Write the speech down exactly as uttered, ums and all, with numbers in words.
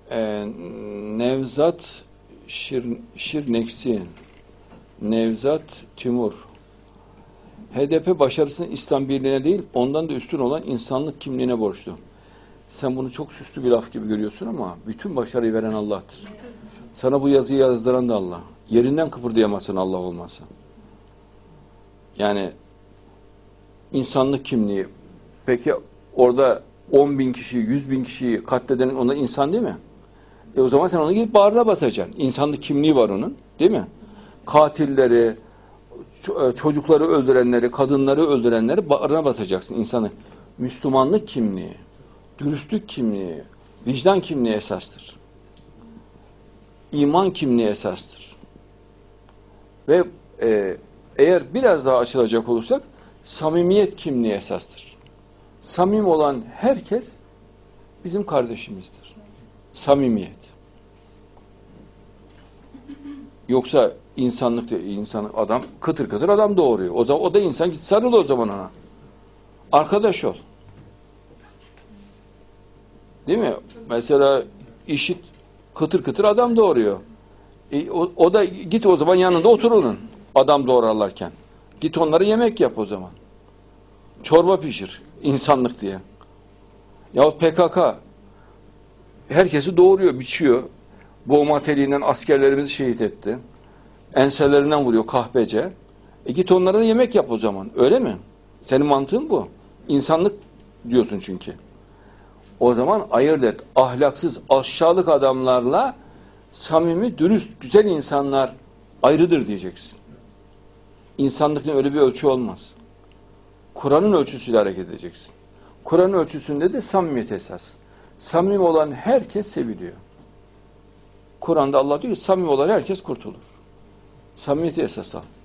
Ee, Nevzat Şir, Şirneksi, Nevzat Timur. H D P başarısının İslam birliğine değil, ondan da üstün olan insanlık kimliğine borçlu. Sen bunu çok süslü bir laf gibi görüyorsun ama bütün başarıyı veren Allah'tır. Sana bu yazıyı yazdıran da Allah. Yerinden kıpırdayamazsın Allah olmazsa. Yani insanlık kimliği. Peki orada on bin kişiyi, yüz bin kişiyi katleden ona insan değil mi? E o zaman sen onu gidip bağrına basacaksın. İnsanlık kimliği var onun, değil mi? Katilleri, çocukları öldürenleri, kadınları öldürenleri bağrına basacaksın insanı. Müslümanlık kimliği, dürüstlük kimliği, vicdan kimliği esastır. İman kimliği esastır. Ve e, eğer biraz daha açılacak olursak, samimiyet kimliği esastır. Samim olan herkes bizim kardeşimizdir. Samimiyet. Yoksa insanlık insan adam kıtır kıtır adam doğuruyor. O zaman o da insan, git sarıl o zaman ona. Arkadaş ol. Değil mi? Mesela işit kıtır kıtır adam doğuruyor. E, o, o da git o zaman yanında otur onun. Adam doğrarlarken. Git onlara yemek yap o zaman. Çorba pişir. İnsanlık diye. Yahut P K K herkesi doğuruyor, biçiyor. Boğma teliğinden askerlerimizi şehit etti. Enselerinden vuruyor kahpece. E git onlara da yemek yap o zaman. Öyle mi? Senin mantığın bu. İnsanlık diyorsun çünkü. O zaman ayırt et. Ahlaksız, aşağılık adamlarla samimi, dürüst, güzel insanlar ayrıdır diyeceksin. İnsanlıkta öyle bir ölçü olmaz. Kur'an'ın ölçüsüyle hareket edeceksin. Kur'an'ın ölçüsünde de samimiyet esas. Samimi olan herkes seviliyor. Kur'an'da Allah diyor ki samimi olan herkes kurtulur. Samimiyeti esas al.